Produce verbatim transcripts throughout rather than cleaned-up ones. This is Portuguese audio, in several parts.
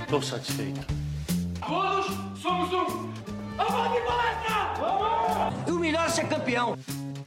Tô satisfeito. Todos somos um. Vamos de palestra! Vamos! E o melhor é ser campeão.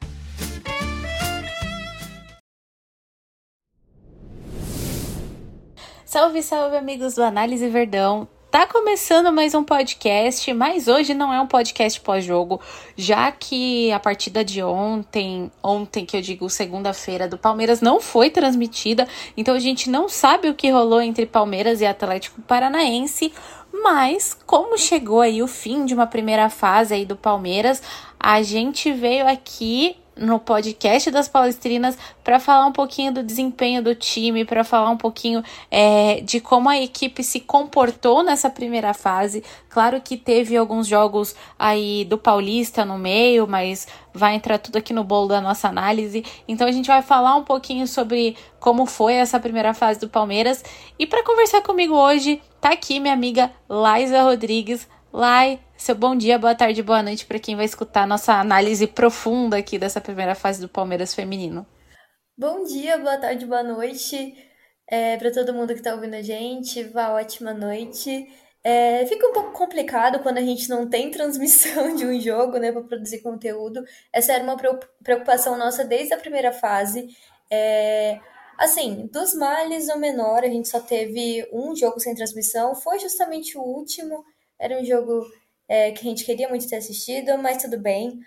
Salve, salve, amigos do Análise Verdão. Tá começando mais um podcast, mas hoje não é um podcast pós-jogo, já que a partida de ontem, ontem que eu digo segunda-feira, do Palmeiras não foi transmitida, então a gente não sabe o que rolou entre Palmeiras e Atlético Paranaense, mas como chegou aí o fim de uma primeira fase aí do Palmeiras, a gente veio aqui no podcast das Palestrinas para falar um pouquinho do desempenho do time, para falar um pouquinho é, de como a equipe se comportou nessa primeira fase. Claro que teve alguns jogos aí do Paulista no meio, mas vai entrar tudo aqui no bolo da nossa análise. Então a gente vai falar um pouquinho sobre como foi essa primeira fase do Palmeiras. E para conversar comigo hoje, tá aqui minha amiga Laísa Rodrigues. Lai, seu bom dia, boa tarde, boa noite para quem vai escutar a nossa análise profunda aqui dessa primeira fase do Palmeiras feminino. Bom dia, boa tarde, boa noite é, para todo mundo que está ouvindo a gente. Vá, ótima noite. É, fica um pouco complicado quando a gente não tem transmissão de um jogo, né, para produzir conteúdo. Essa era uma preocupação nossa desde a primeira fase. É, assim, dos males o menor, a gente só teve um jogo sem transmissão, foi justamente o último. Era um jogo é, que a gente queria muito ter assistido, mas tudo bem.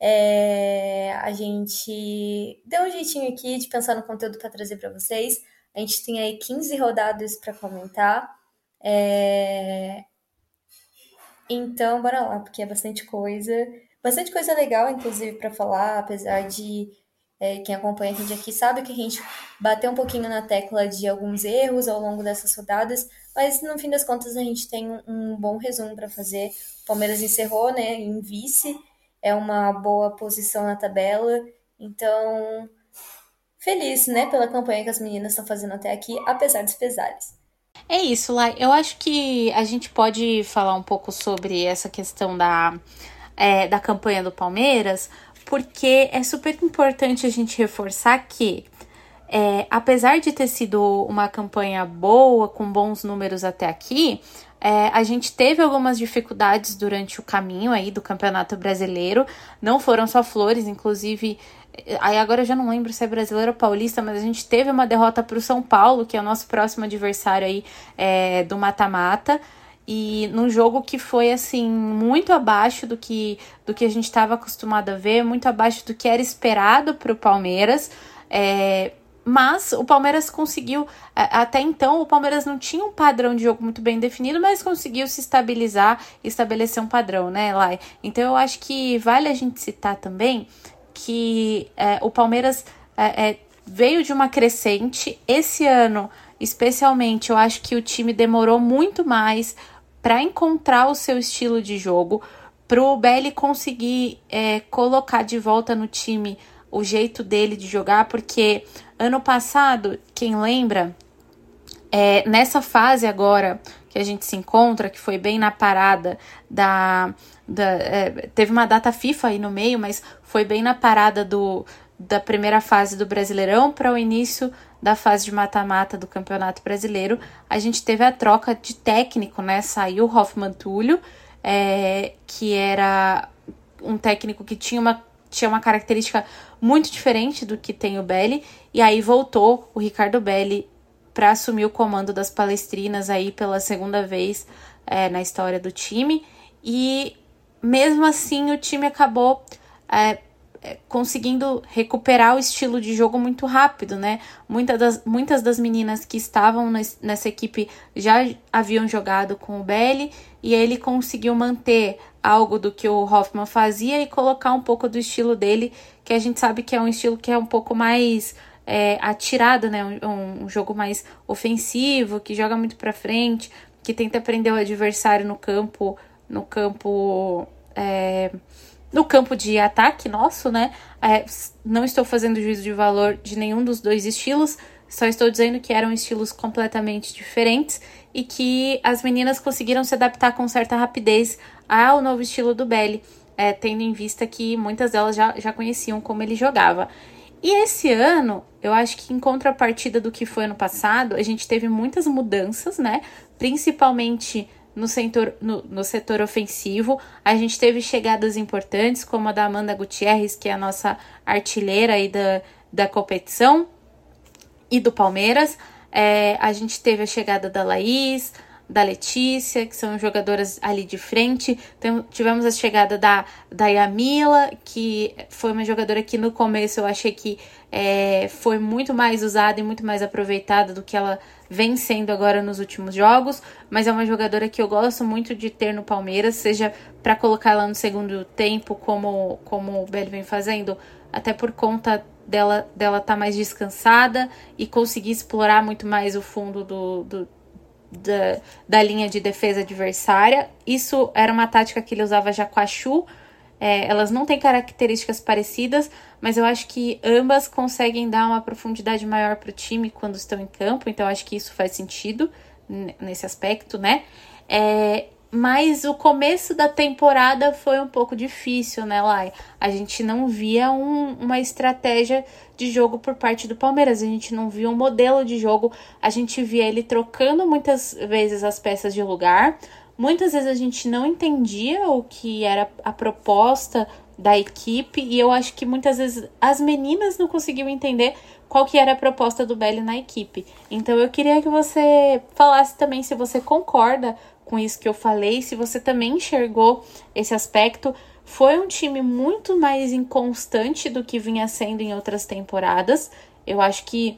É, a gente deu um jeitinho aqui de pensar no conteúdo para trazer para vocês. A gente tem aí quinze rodadas para comentar. É, então, bora lá, porque é bastante coisa. Bastante coisa legal, inclusive, para falar, apesar de é, quem acompanha a gente aqui sabe que a gente bateu um pouquinho na tecla de alguns erros ao longo dessas rodadas, mas no fim das contas a gente tem um, um bom resumo para fazer. O Palmeiras encerrou, né, em vice, é uma boa posição na tabela, então feliz, né, pela campanha que as meninas estão fazendo até aqui, apesar dos pesares. É isso, Lai. Eu acho que a gente pode falar um pouco sobre essa questão da, é, da campanha do Palmeiras, porque é super importante a gente reforçar que, é, apesar de ter sido uma campanha boa, com bons números até aqui, é, a gente teve algumas dificuldades durante o caminho aí do Campeonato Brasileiro. Não foram só flores, inclusive, aí agora eu já não lembro se é brasileiro ou paulista, mas a gente teve uma derrota para o São Paulo, que é o nosso próximo adversário aí é, do mata-mata. E num jogo que foi, assim, muito abaixo do que, do que a gente estava acostumado a ver, muito abaixo do que era esperado para o Palmeiras. É, mas o Palmeiras conseguiu, até então o Palmeiras não tinha um padrão de jogo muito bem definido, mas conseguiu se estabilizar e estabelecer um padrão, né, Lai? Então eu acho que vale a gente citar também que é, o Palmeiras é, é, veio de uma crescente. Esse ano, especialmente, eu acho que o time demorou muito mais para encontrar o seu estilo de jogo, para o Belli conseguir é, colocar de volta no time o jeito dele de jogar, porque ano passado, quem lembra, é, nessa fase agora que a gente se encontra, que foi bem na parada da... da é, teve uma data FIFA aí no meio, mas foi bem na parada do, da primeira fase do Brasileirão para o início da fase de mata-mata do Campeonato Brasileiro. A gente teve a troca de técnico, né? Saiu o Hoffman Túlio, é, que era um técnico que tinha uma, tinha uma característica muito diferente do que tem o Belli, e aí voltou o Ricardo Belli para assumir o comando das Palestrinas aí pela segunda vez é, na história do time, e mesmo assim o time acabou é, conseguindo recuperar o estilo de jogo muito rápido, né? Muitas das, muitas das meninas que estavam nessa equipe já haviam jogado com o Belli, e ele conseguiu manter algo do que o Hoffman fazia e colocar um pouco do estilo dele, que a gente sabe que é um estilo que é um pouco mais é, atirado, né? Um, um jogo mais ofensivo, que joga muito pra frente, que tenta prender o adversário no campo, no campo... É, no campo de ataque nosso, né? É, não estou fazendo juízo de valor de nenhum dos dois estilos, só estou dizendo que eram estilos completamente diferentes e que as meninas conseguiram se adaptar com certa rapidez ao novo estilo do Belli, é, tendo em vista que muitas delas já, já conheciam como ele jogava. E esse ano, eu acho que em contrapartida do que foi ano passado, a gente teve muitas mudanças, né? Principalmente no setor, no, no setor ofensivo. A gente teve chegadas importantes, como a da Amanda Gutierrez, que é a nossa artilheira aí da, da competição, e do Palmeiras. É, a gente teve a chegada da Laís, da Letícia, que são jogadoras ali de frente. Tem, tivemos a chegada da, da Yamila, que foi uma jogadora que no começo eu achei que é, foi muito mais usada e muito mais aproveitada do que ela vem sendo agora nos últimos jogos, mas é uma jogadora que eu gosto muito de ter no Palmeiras, seja para colocar ela no segundo tempo, como, como o Belly vem fazendo, até por conta dela dela tá mais descansada e conseguir explorar muito mais o fundo do, do Da, da linha de defesa adversária. Isso era uma tática que ele usava já com a Chu. É, elas não têm características parecidas, mas eu acho que ambas conseguem dar uma profundidade maior para o time quando estão em campo, então eu acho que isso faz sentido n- nesse aspecto, né? É, mas o começo da temporada foi um pouco difícil, né, Lai? A gente não via um, uma estratégia de jogo por parte do Palmeiras, a gente não via um modelo de jogo, a gente via ele trocando muitas vezes as peças de lugar, muitas vezes a gente não entendia o que era a proposta da equipe, e eu acho que muitas vezes as meninas não conseguiam entender qual que era a proposta do Belly na equipe. Então eu queria que você falasse também se você concorda com isso que eu falei, se você também enxergou esse aspecto. Foi um time muito mais inconstante do que vinha sendo em outras temporadas. Eu acho que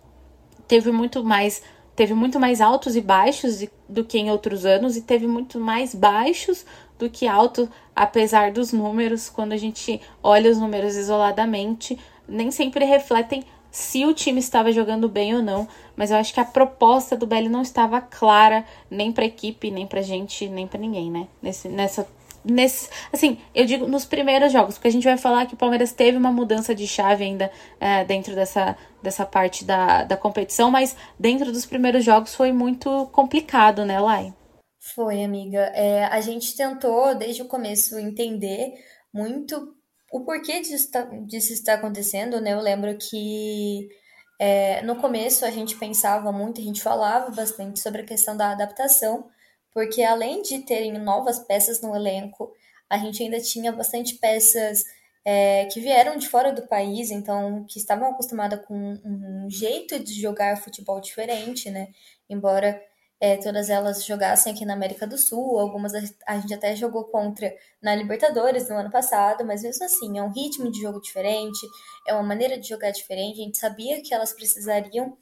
teve muito mais, teve muito mais altos e baixos do que em outros anos, e teve muito mais baixos do que altos, apesar dos números. Quando a gente olha os números isoladamente, nem sempre refletem se o time estava jogando bem ou não, mas eu acho que a proposta do Belly não estava clara, nem para a equipe, nem para a gente, nem para ninguém, né? Nesse, nessa, nesse, assim, eu digo nos primeiros jogos, porque a gente vai falar que o Palmeiras teve uma mudança de chave ainda é, dentro dessa, dessa parte da, da competição, mas dentro dos primeiros jogos foi muito complicado, né, Lai? Foi, amiga. É, a gente tentou, desde o começo, entender muito o porquê disso, tá- disso está acontecendo, né? Eu lembro que é, no começo a gente pensava muito, a gente falava bastante sobre a questão da adaptação, porque além de terem novas peças no elenco, a gente ainda tinha bastante peças é, que vieram de fora do país, então que estavam acostumadas com um jeito de jogar futebol diferente, né? Embora é, todas elas jogassem aqui na América do Sul, algumas a, a gente até jogou contra na Libertadores no ano passado, mas mesmo assim, é um ritmo de jogo diferente, é uma maneira de jogar diferente, a gente sabia que elas precisariam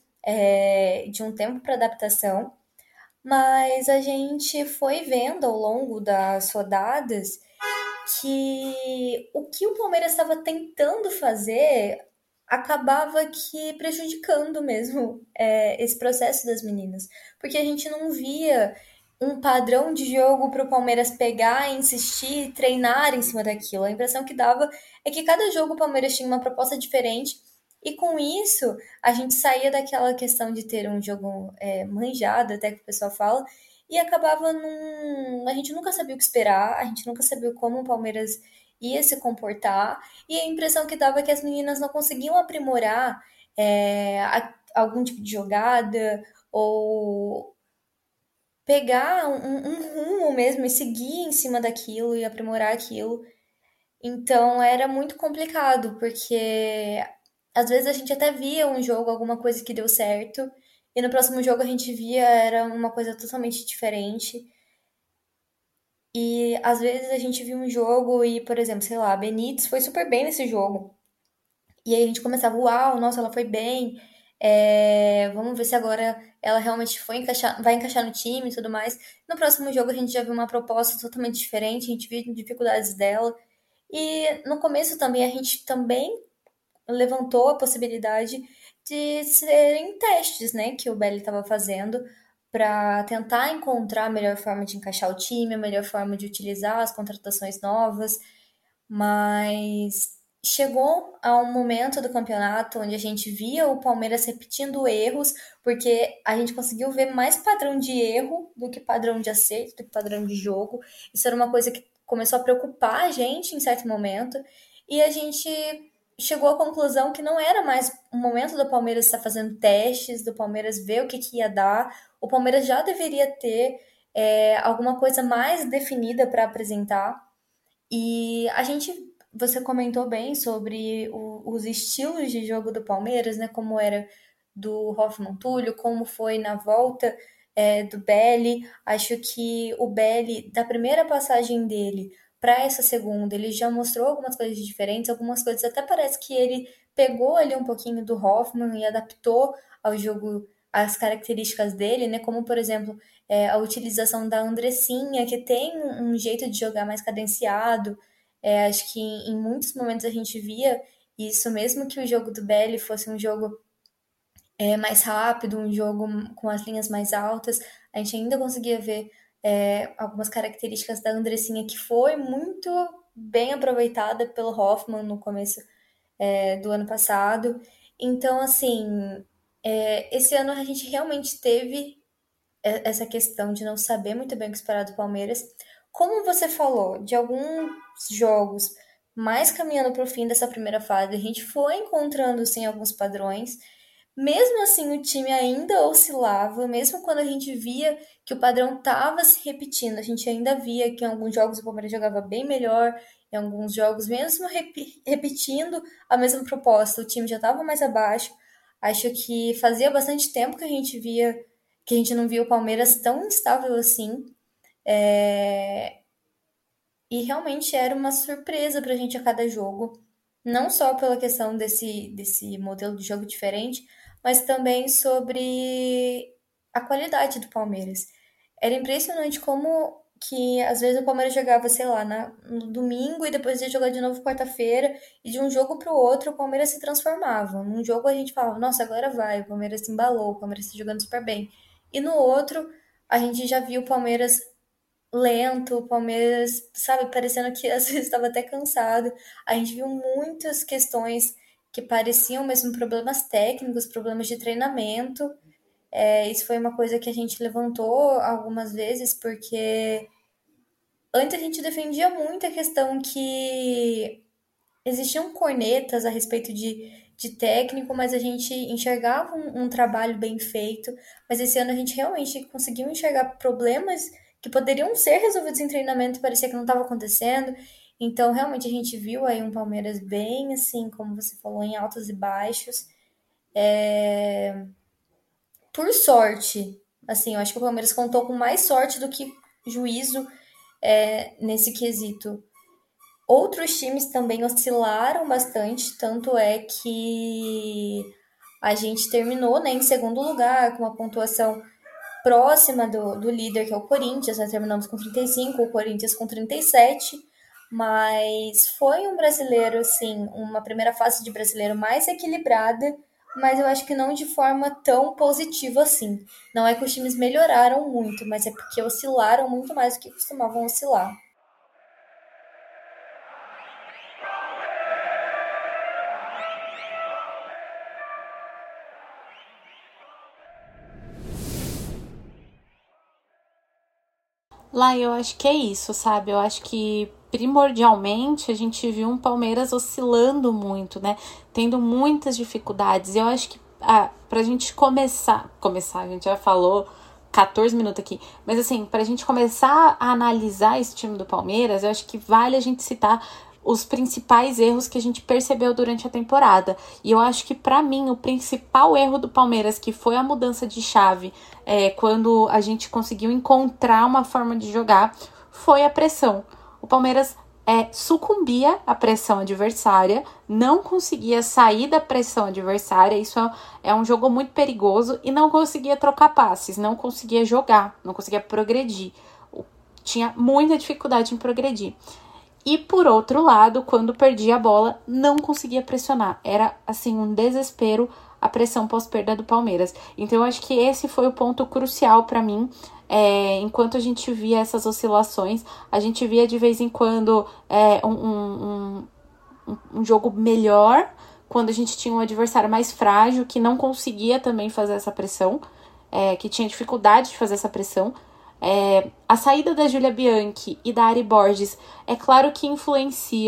é, de um tempo para adaptação, mas a gente foi vendo ao longo das rodadas que o que o Palmeiras estava tentando fazer acabava que prejudicando mesmo é, esse processo das meninas, porque a gente não via um padrão de jogo para o Palmeiras pegar, insistir, treinar em cima daquilo. A impressão que dava é que cada jogo o Palmeiras tinha uma proposta diferente, e com isso a gente saía daquela questão de ter um jogo é, manjado, até que o pessoal fala, e acabava num. A gente nunca sabia o que esperar, a gente nunca sabia como o Palmeiras ia se comportar, e a impressão que dava é que as meninas não conseguiam aprimorar é, a- algum tipo de jogada ou pegar um, um rumo mesmo e seguir em cima daquilo e aprimorar aquilo. Então era muito complicado, porque às vezes a gente até via um jogo, alguma coisa que deu certo, e no próximo jogo a gente via era uma coisa totalmente diferente. E às vezes a gente viu um jogo e, por exemplo, sei lá, a Benítez foi super bem nesse jogo. E aí a gente começava, uau, nossa, ela foi bem. É, vamos ver se agora ela realmente foi encaixar, vai encaixar no time e tudo mais. No próximo jogo a gente já viu uma proposta totalmente diferente, a gente viu dificuldades dela. E no começo também a gente também levantou a possibilidade de serem testes, né, que o Belly estava fazendo para tentar encontrar a melhor forma de encaixar o time, a melhor forma de utilizar as contratações novas, mas chegou a um momento do campeonato onde a gente via o Palmeiras repetindo erros, porque a gente conseguiu ver mais padrão de erro do que padrão de acerto, do que padrão de jogo. Isso era uma coisa que começou a preocupar a gente em certo momento, e a gente chegou à conclusão que não era mais o momento do Palmeiras estar fazendo testes, do Palmeiras ver o que, que ia dar. O Palmeiras já deveria ter é, alguma coisa mais definida para apresentar. E a gente, você comentou bem sobre o, os estilos de jogo do Palmeiras, né? Como era do Hoffmann Túlio, como foi na volta é, do Belli. Acho que o Belli, da primeira passagem dele para essa segunda, ele já mostrou algumas coisas diferentes, algumas coisas até parece que ele pegou ali um pouquinho do Hoffmann e adaptou ao jogo as características dele, né? Como, por exemplo, é, a utilização da Andressinha, que tem um jeito de jogar mais cadenciado. É, acho que em, em muitos momentos a gente via isso, mesmo que o jogo do Belli fosse um jogo é, mais rápido, um jogo com as linhas mais altas, a gente ainda conseguia ver é, algumas características da Andressinha que foi muito bem aproveitada pelo Hoffmann no começo é, do ano passado. Então, assim, é, esse ano a gente realmente teve essa questão de não saber muito bem o que esperar do Palmeiras. Como você falou, de alguns jogos mais caminhando para o fim dessa primeira fase, a gente foi encontrando, sim, alguns padrões. Mesmo assim, o time ainda oscilava, mesmo quando a gente via que o padrão estava se repetindo, a gente ainda via que em alguns jogos o Palmeiras jogava bem melhor, em alguns jogos, mesmo rep- repetindo a mesma proposta, o time já estava mais abaixo. Acho que fazia bastante tempo que a gente via que a gente não via o Palmeiras tão instável assim. É, E realmente era uma surpresa pra gente a cada jogo. Não só pela questão desse, desse modelo de jogo diferente, mas também sobre a qualidade do Palmeiras. Era impressionante como que às vezes o Palmeiras jogava, sei lá, na, no domingo e depois ia jogar de novo quarta-feira, e de um jogo para o outro o Palmeiras se transformava. Num jogo a gente falava, nossa, agora vai, o Palmeiras se embalou, o Palmeiras está jogando super bem. E no outro, a gente já viu o Palmeiras lento, o Palmeiras, sabe, parecendo que às vezes estava até cansado. A gente viu muitas questões que pareciam mesmo problemas técnicos, problemas de treinamento. É, isso foi uma coisa que a gente levantou algumas vezes, porque antes a gente defendia muito a questão que existiam cornetas a respeito de, de técnico, mas a gente enxergava um, um trabalho bem feito. Mas esse ano a gente realmente conseguiu enxergar problemas que poderiam ser resolvidos em treinamento e parecia que não estava acontecendo. Então, realmente, a gente viu aí um Palmeiras bem, assim, como você falou, em altos e baixos. É... Por sorte, assim, eu acho que o Palmeiras contou com mais sorte do que juízo é, nesse quesito. Outros times também oscilaram bastante, tanto é que a gente terminou, né, em segundo lugar, com uma pontuação próxima do, do líder, que é o Corinthians. Nós terminamos com trinta e cinco, o Corinthians com trinta e sete, mas foi um brasileiro, assim, uma primeira fase de brasileiro mais equilibrada, mas eu acho que não de forma tão positiva assim. Não é que os times melhoraram muito, mas é porque oscilaram muito mais do que costumavam oscilar. Lá eu acho que é isso, sabe? Eu acho que primordialmente a gente viu um Palmeiras oscilando muito, né? Tendo muitas dificuldades. Eu acho que ah, pra gente começar, começar, a gente já falou catorze minutos aqui, mas assim, pra gente começar a analisar esse time do Palmeiras, eu acho que vale a gente citar os principais erros que a gente percebeu durante a temporada. E eu acho que, pra mim, o principal erro do Palmeiras, que foi a mudança de chave, é, quando a gente conseguiu encontrar uma forma de jogar, foi a pressão. O Palmeiras é, sucumbia à pressão adversária, não conseguia sair da pressão adversária. Isso é, é um jogo muito perigoso, e não conseguia trocar passes, não conseguia jogar, não conseguia progredir. Tinha muita dificuldade em progredir. E, por outro lado, quando perdia a bola, não conseguia pressionar. Era, assim, um desespero a pressão pós-perda do Palmeiras. Então, eu acho que esse foi o ponto crucial para mim. É, enquanto a gente via essas oscilações, a gente via de vez em quando é, um, um, um, um jogo melhor, quando a gente tinha um adversário mais frágil, que não conseguia também fazer essa pressão, é, que tinha dificuldade de fazer essa pressão. É, a saída da Júlia Bianchi e da Ari Borges, é claro que influenciam,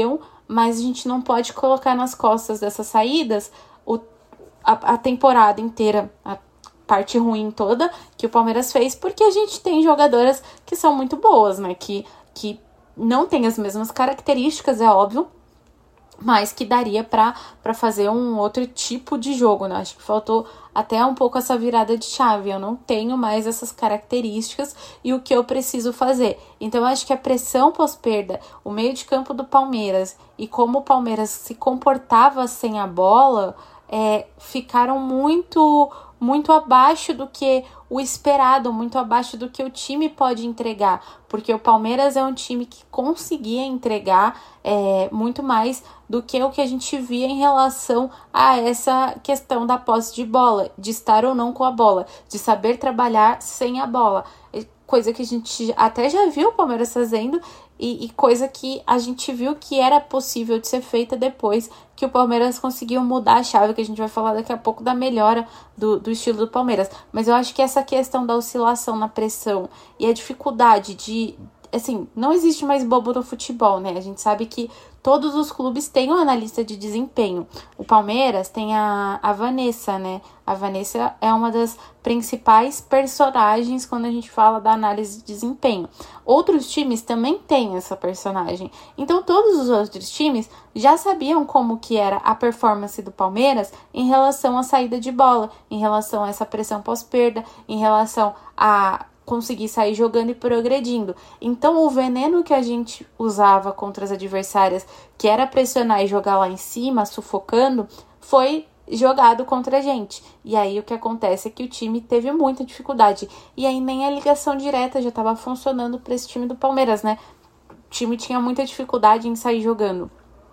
mas a gente não pode colocar nas costas dessas saídas o, a, a temporada inteira, a parte ruim toda que o Palmeiras fez, porque a gente tem jogadoras que são muito boas, né? Que, que não tem as mesmas características, é óbvio, mas que daria para fazer um outro tipo de jogo, né? Acho que faltou até um pouco essa virada de chave. Eu não tenho mais essas características e o que eu preciso fazer. Então, eu acho que a pressão pós-perda, o meio de campo do Palmeiras e como o Palmeiras se comportava sem a bola, é, ficaram muito, muito abaixo do que o esperado, muito abaixo do que o time pode entregar, porque o Palmeiras é um time que conseguia entregar é, muito mais do que o que a gente via em relação a essa questão da posse de bola, de estar ou não com a bola, de saber trabalhar sem a bola, coisa que a gente até já viu o Palmeiras fazendo e, e coisa que a gente viu que era possível de ser feita depois que o Palmeiras conseguiu mudar a chave, que a gente vai falar daqui a pouco da melhora do, do estilo do Palmeiras. Mas eu acho que essa questão da oscilação na pressão e a dificuldade de... Assim, não existe mais bobo no futebol, né? A gente sabe que todos os clubes têm um analista de desempenho. O Palmeiras tem a, a Vanessa, né? A Vanessa é uma das principais personagens quando a gente fala da análise de desempenho. Outros times também têm essa personagem. Então, todos os outros times já sabiam como que era a performance do Palmeiras em relação à saída de bola, em relação a essa pressão pós-perda, em relação a conseguir sair jogando e progredindo. Então, o veneno que a gente usava contra as adversárias, que era pressionar e jogar lá em cima, sufocando, foi jogado contra a gente. E aí, o que acontece é que o time teve muita dificuldade. E aí, nem a ligação direta já estava funcionando para esse time do Palmeiras, né? O time tinha muita dificuldade em sair jogando.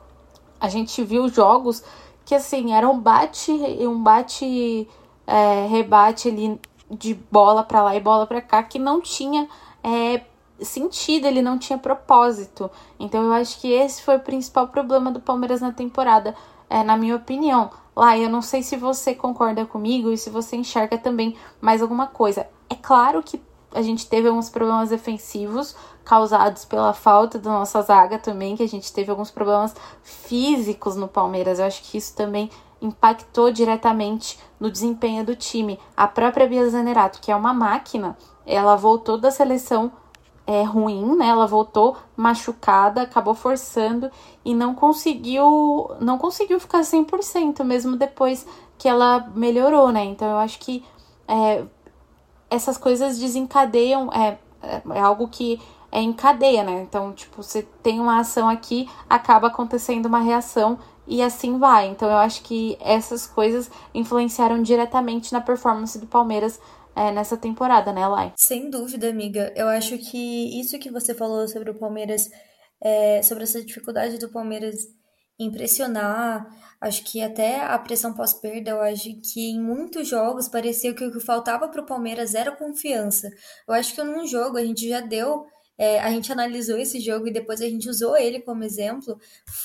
A gente viu jogos que, assim, era um bate, um bate, é, rebate ali de bola para lá e bola para cá, que não tinha é, sentido, ele não tinha propósito. Então eu acho que esse foi o principal problema do Palmeiras na temporada, é, na minha opinião. Lá, eu não sei se você concorda comigo e se você enxerga também mais alguma coisa. É claro que a gente teve alguns problemas defensivos causados pela falta da nossa zaga também, que a gente teve alguns problemas físicos no Palmeiras. Eu acho que isso também impactou diretamente no desempenho do time. A própria Bia Zanerato, que é uma máquina, ela voltou da seleção é, ruim, né? Ela voltou machucada, acabou forçando e não conseguiu, não conseguiu ficar cem por cento, mesmo depois que ela melhorou, né? Então eu acho que é, essas coisas desencadeiam, é, é algo que é em cadeia, né? Então, tipo, você tem uma ação aqui, acaba acontecendo uma reação e assim vai. Então, eu acho que essas coisas influenciaram diretamente na performance do Palmeiras é, nessa temporada, né, Lai? Sem dúvida, amiga. Eu acho que isso que você falou sobre o Palmeiras, é, sobre essa dificuldade do Palmeiras impressionar, acho que até a pressão pós-perda, eu acho que em muitos jogos parecia que o que faltava para o Palmeiras era confiança. Eu acho que num jogo a gente já deu, é, a gente analisou esse jogo e depois a gente usou ele como exemplo,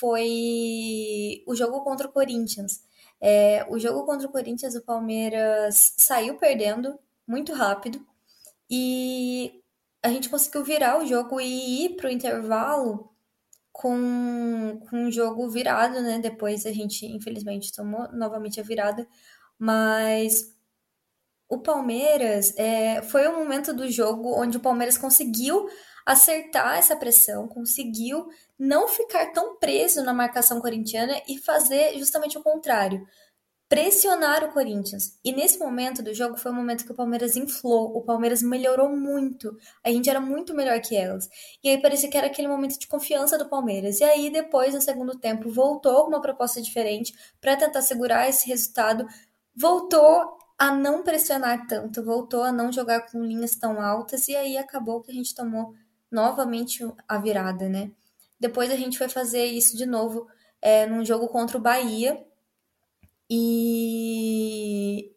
foi o jogo contra o Corinthians. É, o jogo contra o Corinthians, o Palmeiras saiu perdendo muito rápido e a gente conseguiu virar o jogo e ir para o intervalo com, com o jogo virado, né? Depois a gente, infelizmente, tomou novamente a virada, mas o Palmeiras é, foi um momento do jogo onde o Palmeiras conseguiu acertar essa pressão, conseguiu não ficar tão preso na marcação corintiana e fazer justamente o contrário, pressionar o Corinthians. E nesse momento do jogo foi o momento que o Palmeiras inflou, o Palmeiras melhorou muito, a gente era muito melhor que elas. E aí parecia que era aquele momento de confiança do Palmeiras. E aí depois, no segundo tempo, voltou com uma proposta diferente para tentar segurar esse resultado, voltou a não pressionar tanto, voltou a não jogar com linhas tão altas e aí acabou que a gente tomou novamente a virada, né? Depois a gente foi fazer isso de novo é, num jogo contra o Bahia, e,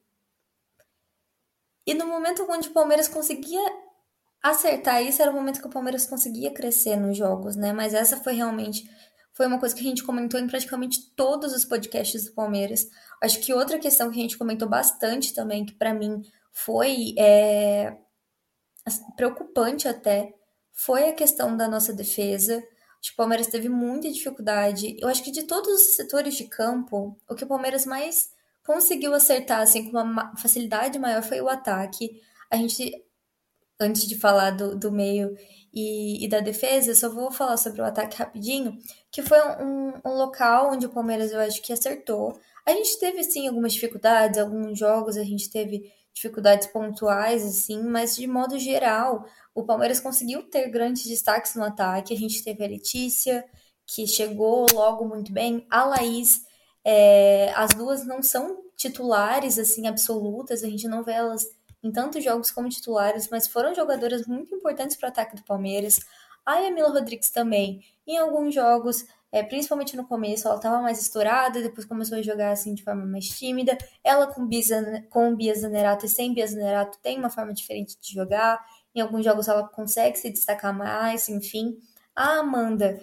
e no momento onde o Palmeiras conseguia acertar isso, era o momento que o Palmeiras conseguia crescer nos jogos, né? Mas essa foi realmente, foi uma coisa que a gente comentou em praticamente todos os podcasts do Palmeiras. Acho que outra questão que a gente comentou bastante também, que para mim foi é, preocupante até, foi a questão da nossa defesa. Acho que o Palmeiras teve muita dificuldade. Eu acho que de todos os setores de campo, o que o Palmeiras mais conseguiu acertar assim, com uma ma- facilidade maior foi o ataque. A gente, antes de falar do, do meio e, e da defesa, eu só vou falar sobre o ataque rapidinho, que foi um, um local onde o Palmeiras eu acho que acertou. A gente teve sim algumas dificuldades, alguns jogos a gente teve dificuldades pontuais, assim, mas de modo geral, o Palmeiras conseguiu ter grandes destaques no ataque. A gente teve a Letícia, que chegou logo muito bem, a Laís, é, as duas não são titulares assim absolutas, a gente não vê elas em tantos jogos como titulares, mas foram jogadoras muito importantes para o ataque do Palmeiras. A Yamila Rodrigues também, em alguns jogos, é, principalmente no começo, ela estava mais estourada, depois começou a jogar assim de forma mais tímida. Ela com, Bia, com Bia Zanerato e sem Bia Zanerato tem uma forma diferente de jogar. Em alguns jogos ela consegue se destacar mais, enfim. A Amanda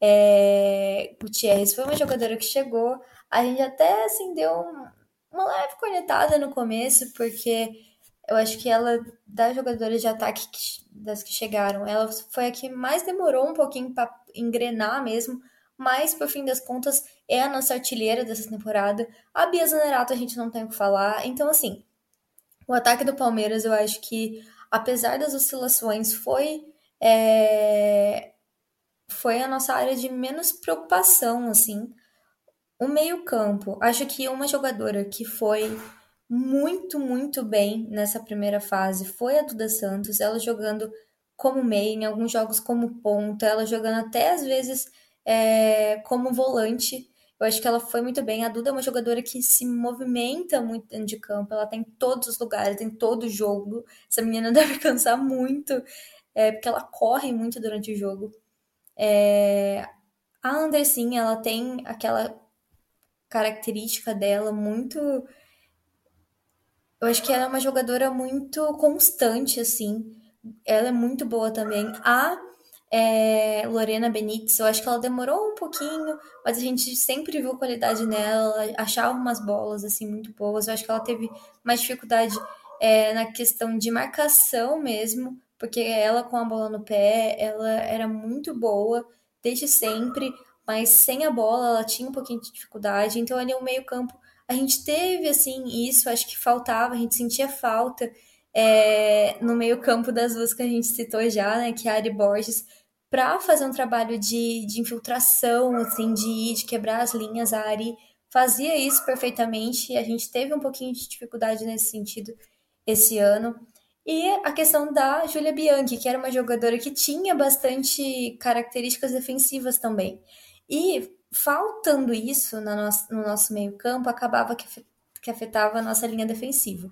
é, Gutierrez foi uma jogadora que chegou. A gente até assim deu um- uma leve cornetada no começo, porque eu acho que ela, das jogadoras de ataque que- das que chegaram, ela foi a que mais demorou um pouquinho para engrenar mesmo, mas por fim das contas é a nossa artilheira dessa temporada. A Bia Zanerato a gente não tem o que falar. Então, assim, o ataque do Palmeiras eu acho que, apesar das oscilações, foi, é, foi a nossa área de menos preocupação, assim. O meio-campo, acho que uma jogadora que foi muito, muito bem nessa primeira fase foi a Duda Santos, ela jogando como meia, em alguns jogos como ponta, ela jogando até às vezes é, como volante. Eu acho que ela foi muito bem. A Duda é uma jogadora que se movimenta muito dentro de campo, ela tem todos os lugares, tem todo o jogo. Essa menina deve cansar muito, é, porque ela corre muito durante o jogo. É, a Andercinha, ela tem aquela característica dela muito. Eu acho que ela é uma jogadora muito constante, assim. Ela é muito boa também. A é, Lorena Benítez, eu acho que ela demorou um pouquinho, mas a gente sempre viu qualidade nela, ela achava umas bolas, assim, muito boas. Eu acho que ela teve mais dificuldade é, na questão de marcação mesmo, porque ela com a bola no pé, ela era muito boa desde sempre, mas sem a bola ela tinha um pouquinho de dificuldade. Então ali o meio-campo a gente teve assim isso, acho que faltava, a gente sentia falta é, no meio-campo das duas que a gente citou já, né? Que é a Ari Borges, para fazer um trabalho de, de infiltração, assim, de ir, de quebrar as linhas. A Ari fazia isso perfeitamente e a gente teve um pouquinho de dificuldade nesse sentido esse ano. E a questão da Júlia Bianchi, que era uma jogadora que tinha bastante características defensivas também. E faltando isso na nosso, no nosso meio-campo, acabava que, que afetava a nossa linha defensiva.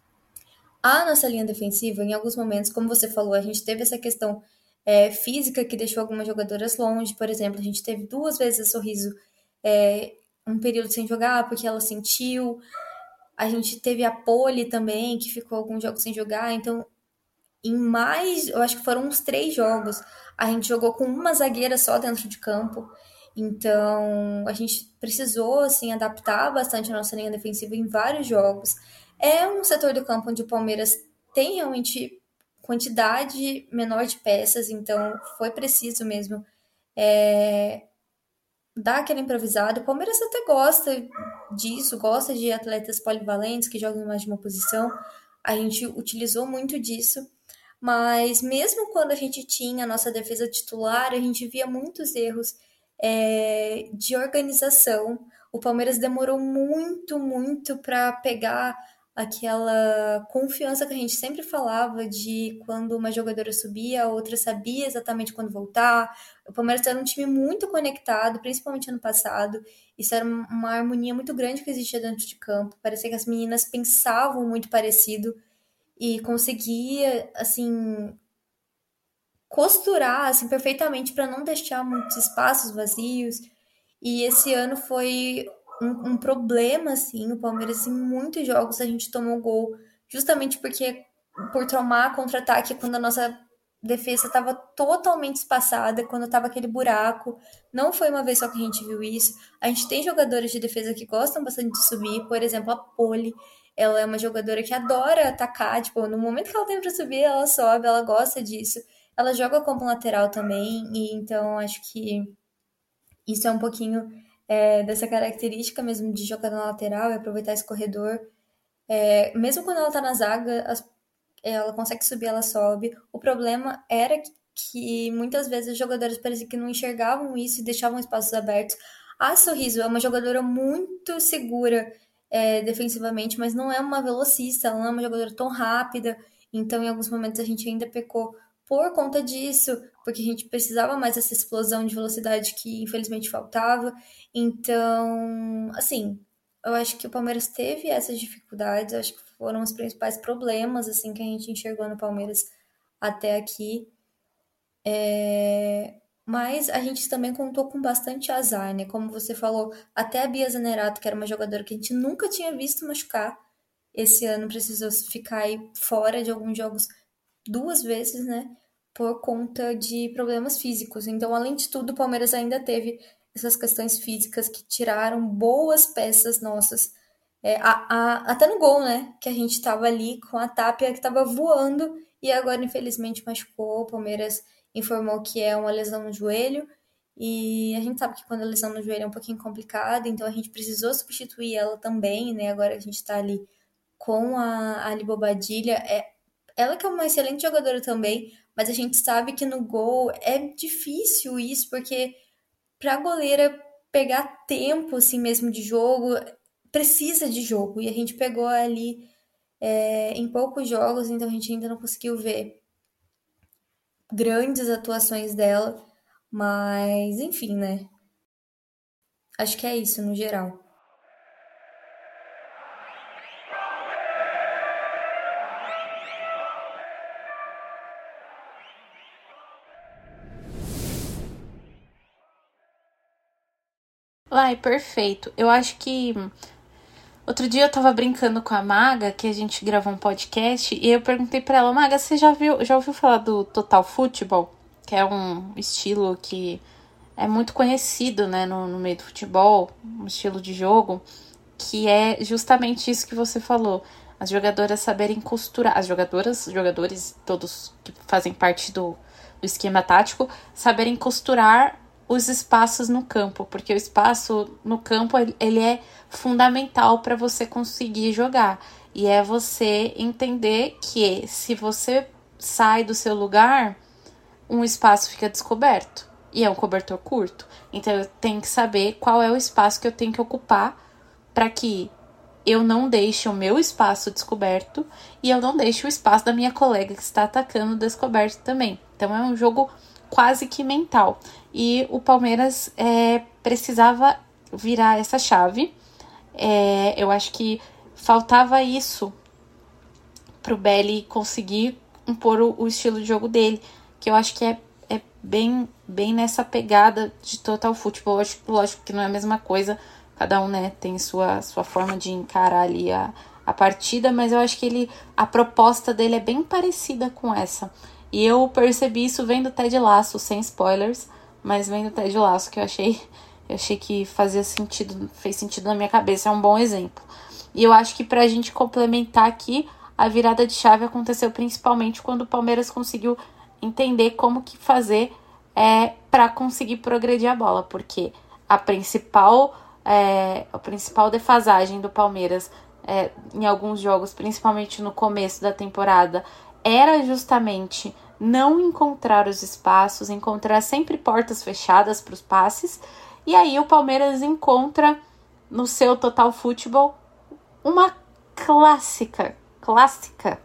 A nossa linha defensiva, em alguns momentos, como você falou, a gente teve essa questão é, física que deixou algumas jogadoras longe. Por exemplo, a gente teve duas vezes a Sorriso é, um período sem jogar porque ela sentiu. A gente teve a Poli também, que ficou alguns jogos sem jogar. Então, em mais, eu acho que foram uns três jogos, a gente jogou com uma zagueira só dentro de campo. Então, a gente precisou, assim, adaptar bastante a nossa linha defensiva em vários jogos. É um setor do campo onde o Palmeiras tem realmente quantidade menor de peças, então foi preciso mesmo é, dar aquele improvisado. O Palmeiras até gosta disso, gosta de atletas polivalentes que jogam em mais de uma posição. A gente utilizou muito disso, mas mesmo quando a gente tinha a nossa defesa titular, a gente via muitos erros é, de organização. O Palmeiras demorou muito, muito para pegar aquela confiança que a gente sempre falava de quando uma jogadora subia, a outra sabia exatamente quando voltar. O Palmeiras era um time muito conectado, principalmente ano passado. Isso era uma harmonia muito grande que existia dentro de campo. Parecia que as meninas pensavam muito parecido e conseguia, assim, costurar assim perfeitamente para não deixar muitos espaços vazios. E esse ano foi um, um problema assim, o Palmeiras em muitos jogos a gente tomou gol, justamente porque por tomar contra-ataque quando a nossa defesa estava totalmente espaçada, quando estava aquele buraco. Não foi uma vez só que a gente viu isso. A gente tem jogadores de defesa que gostam bastante de subir, por exemplo, a Poli. Ela é uma jogadora que adora atacar, tipo, no momento que ela tem para subir, ela sobe, ela gosta disso. ela joga como lateral também, e então acho que isso é um pouquinho é, dessa característica mesmo de jogar na lateral e aproveitar esse corredor. É, mesmo quando ela tá na zaga, as- ela consegue subir, ela sobe. O problema era que, que muitas vezes os jogadores pareciam que não enxergavam isso e deixavam espaços abertos. A Sorriso é uma jogadora muito segura é, defensivamente, mas não é uma velocista, ela não é uma jogadora tão rápida. Então, em alguns momentos, a gente ainda pecou por conta disso, porque a gente precisava mais dessa explosão de velocidade que infelizmente faltava. Então, assim, eu acho que o Palmeiras teve essas dificuldades, eu acho que foram os principais problemas assim que a gente enxergou no Palmeiras até aqui. É, Mas a gente também contou com bastante azar, né? Como você falou, até a Bia Zanerato, que era uma jogadora que a gente nunca tinha visto machucar, esse ano precisou ficar aí fora de alguns jogos duas vezes, né? Por conta de problemas físicos. Então, além de tudo, o Palmeiras ainda teve essas questões físicas que tiraram boas peças nossas. É, a- a- até no gol, né? Que a gente tava ali com a Tapia que tava voando e agora, infelizmente, machucou. O Palmeiras informou que é uma lesão no joelho. E a gente sabe que quando a lesão no joelho é um pouquinho complicada, então a gente precisou substituir ela também, né? Agora a gente tá ali com a Ali Bobadilha. É, ela que é uma excelente jogadora também, mas a gente sabe que no gol é difícil isso, porque pra goleira pegar tempo assim mesmo de jogo, precisa de jogo. E a gente pegou ali é, em poucos jogos, então a gente ainda não conseguiu ver grandes atuações dela. Mas, enfim, né? Acho que é isso no geral. Ai, perfeito. Eu acho que outro dia eu tava brincando com a Maga, que a gente gravou um podcast, e eu perguntei pra ela: Maga, você já viu, já ouviu falar do Total Futebol? Que é um estilo que é muito conhecido, né, no, no meio do futebol, um estilo de jogo, que é justamente isso que você falou. As jogadoras saberem costurar, as jogadoras, jogadores, todos que fazem parte do, do esquema tático, saberem costurar os espaços no campo, porque o espaço no campo ele é fundamental para você conseguir jogar, e é você entender que se você sai do seu lugar, um espaço fica descoberto, e é um cobertor curto, então eu tenho que saber qual é o espaço que eu tenho que ocupar para que eu não deixe o meu espaço descoberto e eu não deixe o espaço da minha colega que está atacando descoberto também. Então é um jogo quase que mental. E o Palmeiras é, precisava virar essa chave. É, eu acho que faltava isso pro Belly conseguir impor o, o estilo de jogo dele, que eu acho que é, é bem, bem nessa pegada de Total Futebol. Lógico, lógico que não é a mesma coisa, cada um, né, tem sua, sua forma de encarar ali a, a partida, mas eu acho que ele, a proposta dele é bem parecida com essa. E eu percebi isso vendo Ted Lasso, sem spoilers, mas vendo Ted Lasso, que eu achei, eu achei que fazia sentido, fez sentido na minha cabeça, é um bom exemplo. E eu acho que pra gente complementar aqui, a virada de chave aconteceu principalmente quando o Palmeiras conseguiu entender como que fazer é, para conseguir progredir a bola, porque a principal, é, a principal defasagem do Palmeiras é, em alguns jogos, principalmente no começo da temporada, era justamente não encontrar os espaços, encontrar sempre portas fechadas para os passes, e aí o Palmeiras encontra no seu Total Futebol uma clássica, clássica,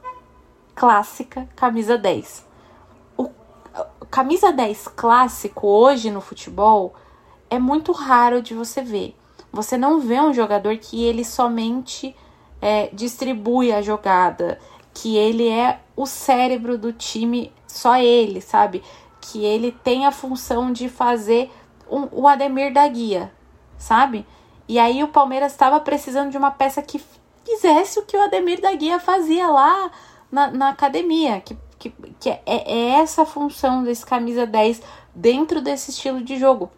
clássica camisa dez. O camisa dez clássico hoje no futebol é muito raro de você ver. Você não vê um jogador que ele somente é, distribui a jogada, que ele é o cérebro do time, só ele, sabe? Que ele tem a função de fazer um, o Ademir da Guia, sabe? E aí o Palmeiras estava precisando de uma peça que fizesse o que o Ademir da Guia fazia lá na, na academia, que, que, que é, é essa função desse camisa dez dentro desse estilo de jogo.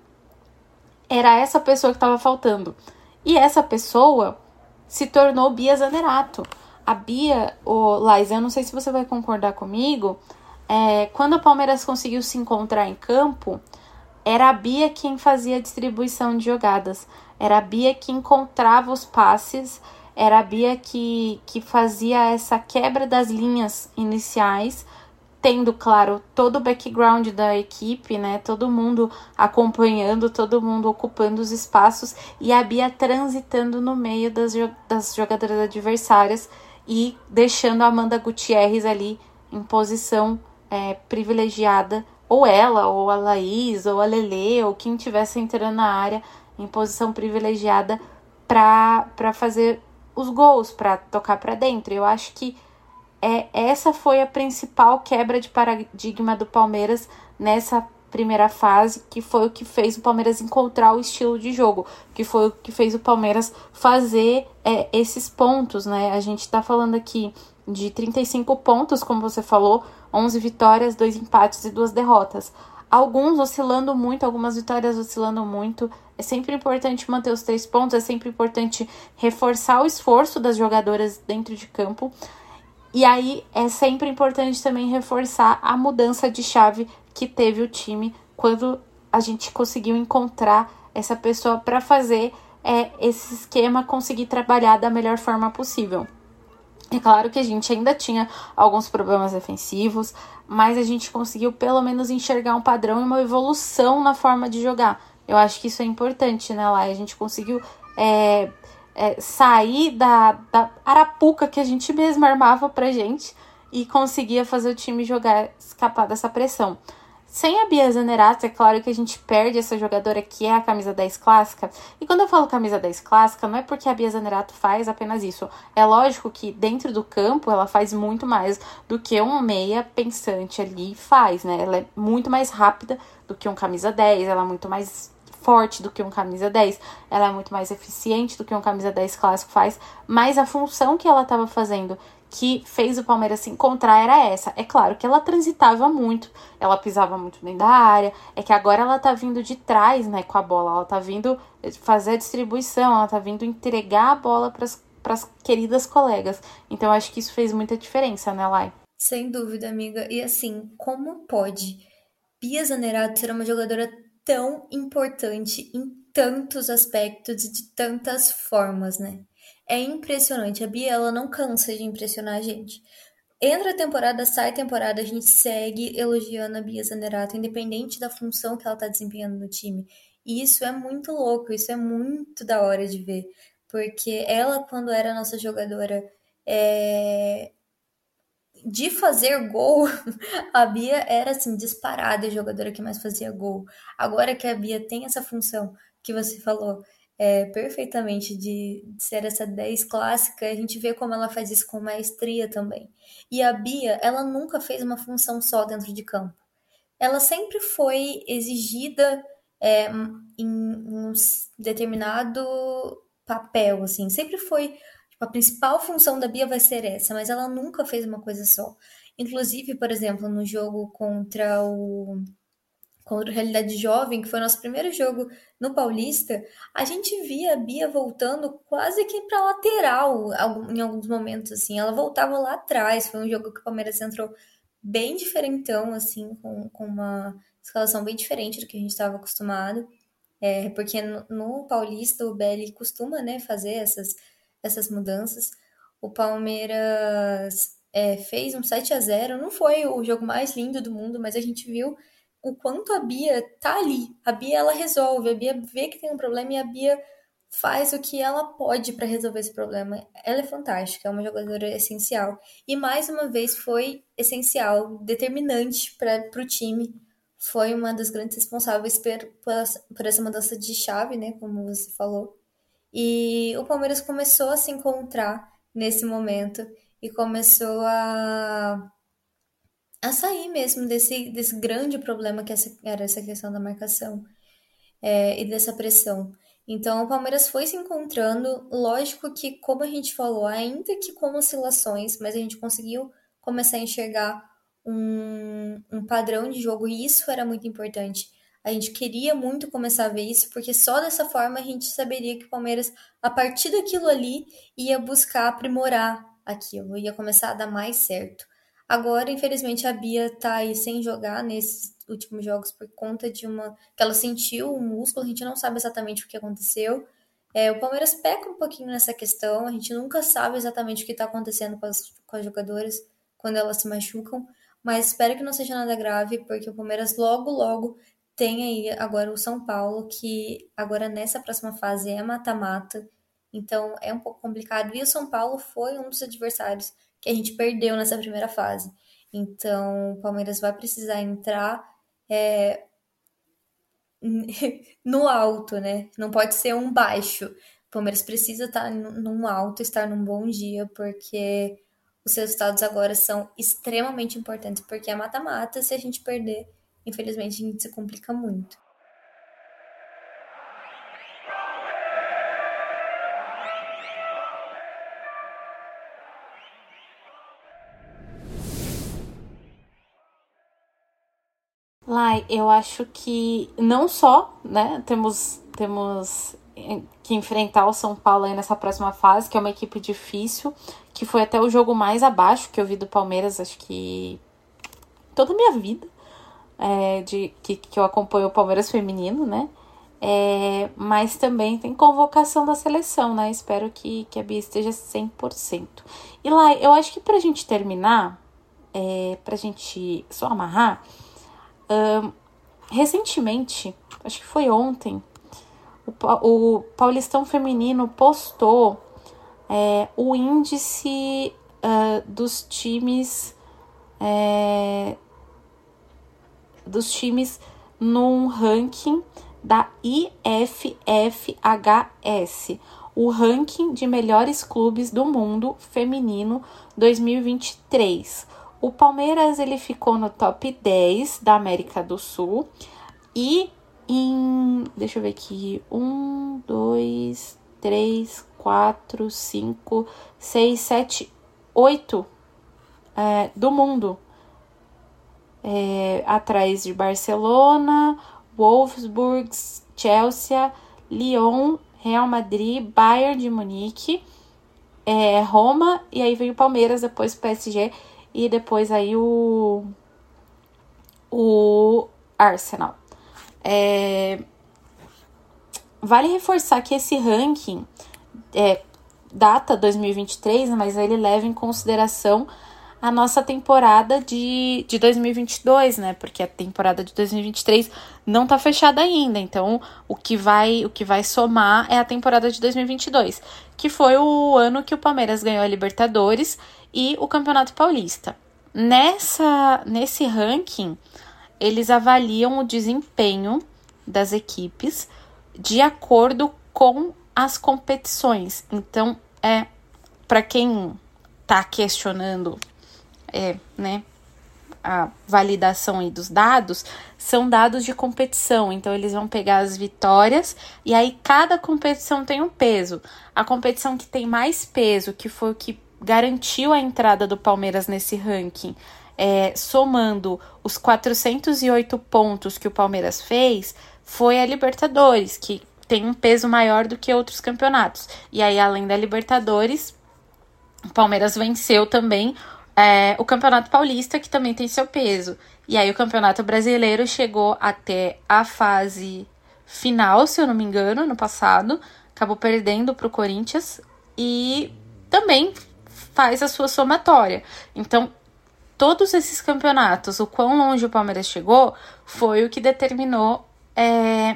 Era essa pessoa que estava faltando. E essa pessoa se tornou Bia Zanerato. A Bia, o Laís, eu não sei se você vai concordar comigo, é, quando o Palmeiras conseguiu se encontrar em campo, era a Bia quem fazia a distribuição de jogadas, era a Bia que encontrava os passes, era a Bia que, que fazia essa quebra das linhas iniciais, tendo, claro, todo o background da equipe, né, todo mundo acompanhando, todo mundo ocupando os espaços, e a Bia transitando no meio das, das jogadoras adversárias e deixando a Amanda Gutierrez ali em posição é, privilegiada, ou ela, ou a Laís, ou a Lelê, ou quem estivesse entrando na área em posição privilegiada para fazer os gols, para tocar para dentro. Eu acho que é, essa foi a principal quebra de paradigma do Palmeiras nessa primeira fase, que foi o que fez o Palmeiras encontrar o estilo de jogo, que foi o que fez o Palmeiras fazer é, esses pontos, né? A gente tá falando aqui de trinta e cinco pontos, como você falou, onze vitórias, dois empates e duas derrotas. Alguns oscilando muito, algumas vitórias oscilando muito. É sempre importante manter os três pontos, é sempre importante reforçar o esforço das jogadoras dentro de campo. E aí é sempre importante também reforçar a mudança de chave que teve o time quando a gente conseguiu encontrar essa pessoa para fazer é, esse esquema conseguir trabalhar da melhor forma possível. É claro que a gente ainda tinha alguns problemas defensivos, mas a gente conseguiu pelo menos enxergar um padrão e uma evolução na forma de jogar. Eu acho que isso é importante, né, Lai? A gente conseguiu é, é, sair da, da arapuca que a gente mesmo armava pra gente e conseguia fazer o time jogar, escapar dessa pressão. Sem a Bia Zanerato, é claro que a gente perde essa jogadora que é a camisa dez clássica. E quando eu falo camisa dez clássica, não é porque a Bia Zanerato faz apenas isso. É lógico que dentro do campo ela faz muito mais do que um meia pensante ali faz, né? Ela é muito mais rápida do que um camisa dez, ela é muito mais forte do que um camisa dez, ela é muito mais eficiente do que um camisa dez clássico faz, mas a função que ela estava fazendo, que fez o Palmeiras se encontrar, era essa. É claro que ela transitava muito, ela pisava muito dentro da área, é que agora ela tá vindo de trás, né, com a bola, ela tá vindo fazer a distribuição, ela tá vindo entregar a bola pras, pras queridas colegas. Então eu acho que isso fez muita diferença, né, Lai? Sem dúvida, amiga. E assim, como pode Bia Zanerato ser uma jogadora tão importante em tantos aspectos e de tantas formas, né? É impressionante. A Bia, ela não cansa de impressionar a gente. Entra a temporada, sai a temporada, a gente segue elogiando a Bia Zanerato, independente da função que ela tá desempenhando no time. E isso é muito louco, isso é muito da hora de ver. Porque ela, quando era nossa jogadora é, de fazer gol, a Bia era, assim, disparada a jogadora que mais fazia gol. Agora que a Bia tem essa função que você falou é, perfeitamente de, de ser essa dez clássica, a gente vê como ela faz isso com maestria também. E a Bia, ela nunca fez uma função só dentro de campo. Ela sempre foi exigida é, em um determinado papel, assim. Sempre foi, tipo, a principal função da Bia vai ser essa, mas ela nunca fez uma coisa só. Inclusive, por exemplo, no jogo contra o contra o Realidade Jovem, que foi o nosso primeiro jogo no Paulista, a gente via a Bia voltando quase que para lateral em alguns momentos, assim. Ela voltava lá atrás. Foi um jogo que o Palmeiras entrou bem diferentão, assim, com, com uma escalação bem diferente do que a gente estava acostumado. É, porque no, no Paulista o Belli costuma, né, fazer essas, essas mudanças. O Palmeiras é, fez um sete a zero, não foi o jogo mais lindo do mundo, mas a gente viu o quanto a Bia tá ali. A Bia, ela resolve, a Bia vê que tem um problema e a Bia faz o que ela pode para resolver esse problema. Ela é fantástica, é uma jogadora essencial. E mais uma vez foi essencial, determinante para o time. Foi uma das grandes responsáveis por, por essa mudança de chave, né? Como você falou. E o Palmeiras começou a se encontrar nesse momento e começou a, a sair mesmo desse, desse grande problema que essa, era essa questão da marcação é, e dessa pressão. Então o Palmeiras foi se encontrando, lógico que, como a gente falou, ainda que com oscilações, mas a gente conseguiu começar a enxergar um, um padrão de jogo e isso era muito importante. A gente queria muito começar a ver isso, porque só dessa forma a gente saberia que o Palmeiras, a partir daquilo ali, ia buscar aprimorar aquilo, ia começar a dar mais certo. Agora, infelizmente, a Bia tá aí sem jogar nesses últimos jogos por conta de uma... que ela sentiu o músculo, a gente não sabe exatamente o que aconteceu. É, o Palmeiras peca um pouquinho nessa questão, a gente nunca sabe exatamente o que tá acontecendo com as, com as jogadoras quando elas se machucam, mas espero que não seja nada grave, porque o Palmeiras logo, logo tem aí agora o São Paulo, que agora nessa próxima fase é mata-mata, então é um pouco complicado. E o São Paulo foi um dos adversários que a gente perdeu nessa primeira fase. Então, o Palmeiras vai precisar entrar é, no alto, né? Não pode ser um baixo. O Palmeiras precisa estar num alto, estar num bom dia, porque os resultados agora são extremamente importantes, porque é mata-mata, se a gente perder, infelizmente a gente se complica muito. Lai, eu acho que não só, né, temos, temos que enfrentar o São Paulo aí nessa próxima fase, que é uma equipe difícil, que foi até o jogo mais abaixo que eu vi do Palmeiras, acho que toda a minha vida, é, de, que, que eu acompanho o Palmeiras feminino, né, é, mas também tem convocação da seleção, né, espero que, que a Bia esteja cem por cento. E Lai, eu acho que pra gente terminar, é, pra gente só amarrar, Um, recentemente, acho que foi ontem, o, o Paulistão Feminino postou é, o índice uh, dos times é, dos times num ranking da I F F H S, o ranking de melhores clubes do mundo feminino dois mil e vinte e três. O Palmeiras ele ficou no top dez da América do Sul e em, deixa eu ver aqui, um, dois, três, quatro, cinco, seis, sete, oito é, do mundo. É, atrás de Barcelona, Wolfsburg, Chelsea, Lyon, Real Madrid, Bayern de Munique, é, Roma, e aí veio o Palmeiras, depois o P S G e depois aí o, o Arsenal. É, vale reforçar que esse ranking é, data dois mil e vinte e três, mas ele leva em consideração a nossa temporada de, de dois mil e vinte e dois, né? Porque a temporada de dois mil e vinte e três não tá fechada ainda. Então, o que vai, o que vai somar é a temporada de dois mil e vinte e dois, que foi o ano que o Palmeiras ganhou a Libertadores e o Campeonato Paulista. Nessa, nesse ranking, eles avaliam o desempenho das equipes de acordo com as competições. Então, é para quem tá questionando é, né, a validação aí dos dados, são dados de competição. Então, eles vão pegar as vitórias e aí cada competição tem um peso. A competição que tem mais peso, que foi o que garantiu a entrada do Palmeiras nesse ranking, é, somando os quatrocentos e oito pontos que o Palmeiras fez, foi a Libertadores, que tem um peso maior do que outros campeonatos. E aí, além da Libertadores, o Palmeiras venceu também é, o Campeonato Paulista, que também tem seu peso. E aí, o Campeonato Brasileiro chegou até a fase final, se eu não me engano, no passado. Acabou perdendo para o Corinthians e também faz a sua somatória. Então, todos esses campeonatos, o quão longe o Palmeiras chegou, foi o que determinou é,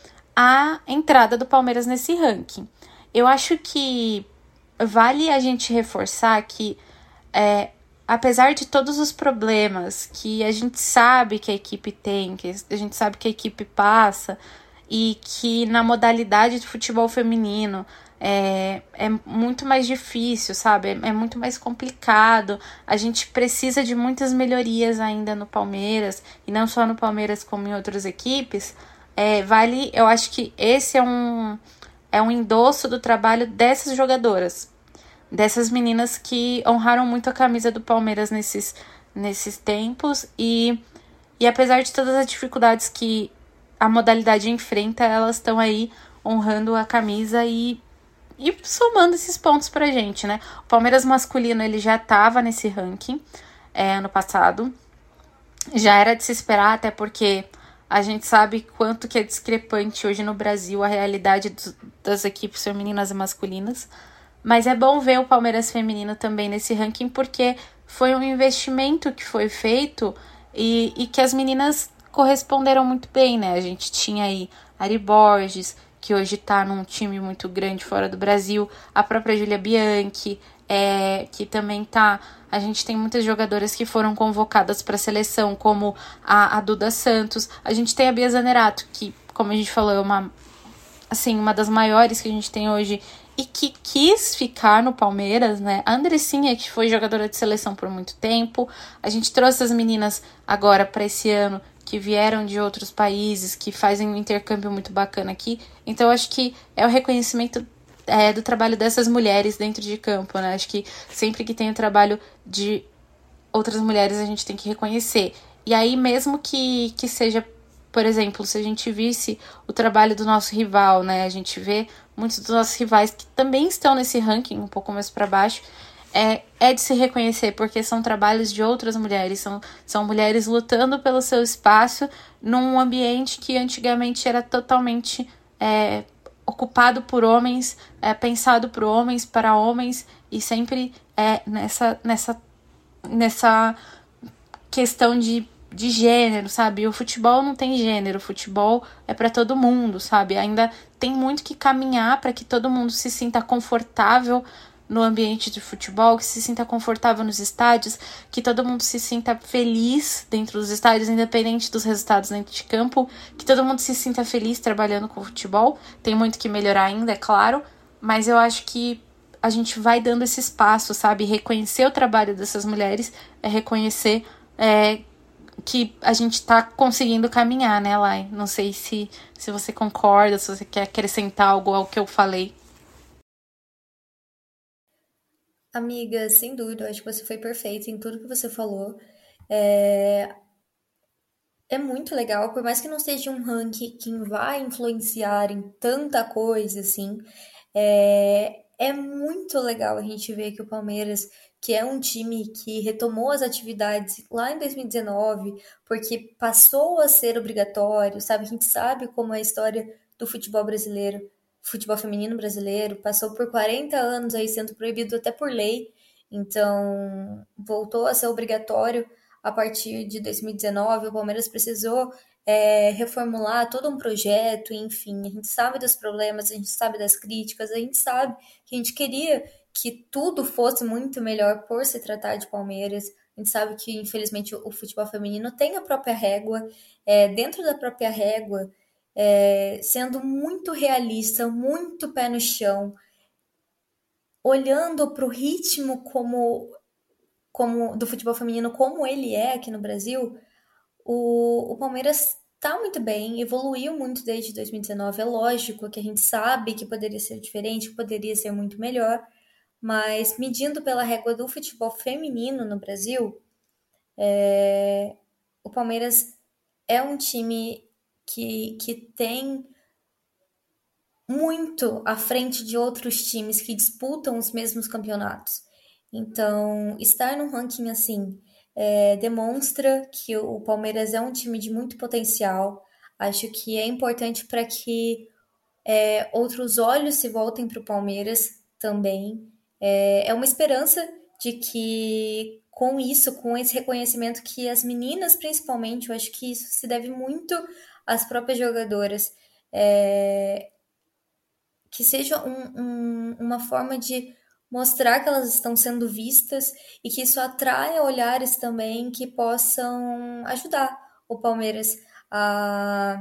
a entrada do Palmeiras nesse ranking. Eu acho que vale a gente reforçar que, é, apesar de todos os problemas que a gente sabe que a equipe tem, que a gente sabe que a equipe passa, e que na modalidade de futebol feminino é, é muito mais difícil, sabe? É, é muito mais complicado. A gente precisa de muitas melhorias ainda no Palmeiras, e não só no Palmeiras como em outras equipes. É, vale, eu acho que esse é um, é um endosso do trabalho dessas jogadoras, dessas meninas que honraram muito a camisa do Palmeiras nesses, nesses tempos, e, e apesar de todas as dificuldades que a modalidade enfrenta, elas estão aí honrando a camisa e, e somando esses pontos pra gente, né? O Palmeiras masculino, ele já tava nesse ranking, é, ano passado. Já era de se esperar, até porque a gente sabe quanto que é discrepante hoje no Brasil a realidade do, das equipes femininas e masculinas. Mas é bom ver o Palmeiras feminino também nesse ranking, porque foi um investimento que foi feito e, e que as meninas corresponderam muito bem, né? A gente tinha aí Ari Borges, que hoje tá num time muito grande fora do Brasil, a própria Júlia Bianchi, é, que também tá... A gente tem muitas jogadoras que foram convocadas para a seleção, como a, a Duda Santos. A gente tem a Bia Zanerato, que, como a gente falou, é uma, assim, uma das maiores que a gente tem hoje e que quis ficar no Palmeiras, né? A Andressinha, que foi jogadora de seleção por muito tempo. A gente trouxe as meninas agora para esse ano, que vieram de outros países, que fazem um intercâmbio muito bacana aqui. Então, acho que é o reconhecimento é, do trabalho dessas mulheres dentro de campo, né? Acho que sempre que tem o trabalho de outras mulheres, a gente tem que reconhecer. E aí, mesmo que, que seja, por exemplo, se a gente visse o trabalho do nosso rival, né? A gente vê muitos dos nossos rivais que também estão nesse ranking, um pouco mais para baixo, é, é de se reconhecer, porque são trabalhos de outras mulheres, são, são mulheres lutando pelo seu espaço num ambiente que antigamente era totalmente é, ocupado por homens, é, pensado por homens, para homens, e sempre é, nessa, nessa, nessa questão de de gênero, sabe? O futebol não tem gênero, o futebol é para todo mundo, sabe? Ainda tem muito que caminhar para que todo mundo se sinta confortável no ambiente de futebol, que se sinta confortável nos estádios, que todo mundo se sinta feliz dentro dos estádios, independente dos resultados dentro de campo, que todo mundo se sinta feliz trabalhando com futebol. Tem muito que melhorar ainda, é claro, mas eu acho que a gente vai dando esse espaço, sabe? Reconhecer o trabalho dessas mulheres é reconhecer é, que a gente tá conseguindo caminhar, né, Lai? Não sei se, se você concorda, se você quer acrescentar algo ao que eu falei. Amiga, sem dúvida, eu acho que você foi perfeita em tudo que você falou. É, é muito legal, por mais que não seja um ranking que vai influenciar em tanta coisa, assim, é, é muito legal a gente ver que o Palmeiras, que é um time que retomou as atividades lá em dois mil e dezenove, porque passou a ser obrigatório, sabe? A gente sabe como é a história do futebol brasileiro, futebol feminino brasileiro, passou por quarenta anos aí sendo proibido até por lei, então voltou a ser obrigatório a partir de dois mil e dezenove. O Palmeiras precisou é, reformular todo um projeto, enfim, a gente sabe dos problemas, a gente sabe das críticas, a gente sabe que a gente queria que tudo fosse muito melhor por se tratar de Palmeiras. A gente sabe que, infelizmente, o futebol feminino tem a própria régua, é, dentro da própria régua, é, sendo muito realista, muito pé no chão, olhando para o ritmo como, como do futebol feminino como ele é aqui no Brasil. O, o Palmeiras tá muito bem, evoluiu muito desde dois mil e dezenove. É lógico que a gente sabe que poderia ser diferente, que poderia ser muito melhor, mas medindo pela régua do futebol feminino no Brasil, é, o Palmeiras é um time que, que tem muito à frente de outros times que disputam os mesmos campeonatos. Então, estar num ranking assim é, demonstra que o Palmeiras é um time de muito potencial. Acho que é importante para que é, outros olhos se voltem para o Palmeiras também. É, é uma esperança de que com isso, com esse reconhecimento que as meninas, principalmente, eu acho que isso se deve muito às próprias jogadoras, é, que seja um, um, uma forma de mostrar que elas estão sendo vistas e que isso atraia olhares também que possam ajudar o Palmeiras a,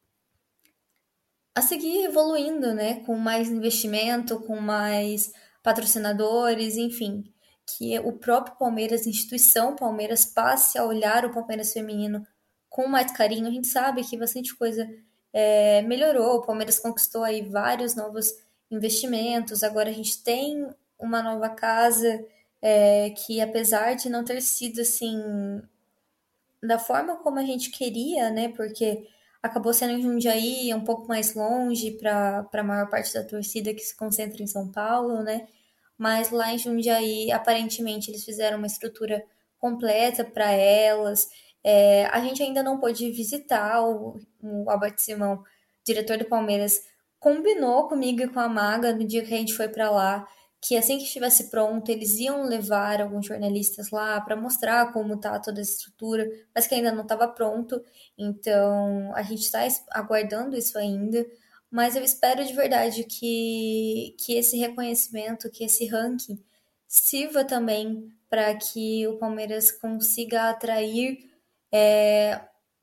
a seguir evoluindo, né? Com mais investimento, com mais patrocinadores, enfim. Que o próprio Palmeiras, a instituição Palmeiras, passe a olhar o Palmeiras feminino com mais carinho. A gente sabe que bastante coisa é, melhorou, o Palmeiras conquistou aí vários novos investimentos, agora a gente tem uma nova casa é, que, apesar de não ter sido assim da forma como a gente queria, né? Porque acabou sendo em Jundiaí, um pouco mais longe para a maior parte da torcida que se concentra em São Paulo, né? Mas lá em Jundiaí, aparentemente, eles fizeram uma estrutura completa para elas. É, a gente ainda não pôde visitar o, o Albert Simão, diretor do Palmeiras, combinou comigo e com a Maga no dia que a gente foi para lá, que assim que estivesse pronto, eles iam levar alguns jornalistas lá para mostrar como tá toda a estrutura, mas que ainda não estava pronto, então a gente está aguardando isso ainda, mas eu espero de verdade que, que esse reconhecimento, que esse ranking sirva também para que o Palmeiras consiga atrair é,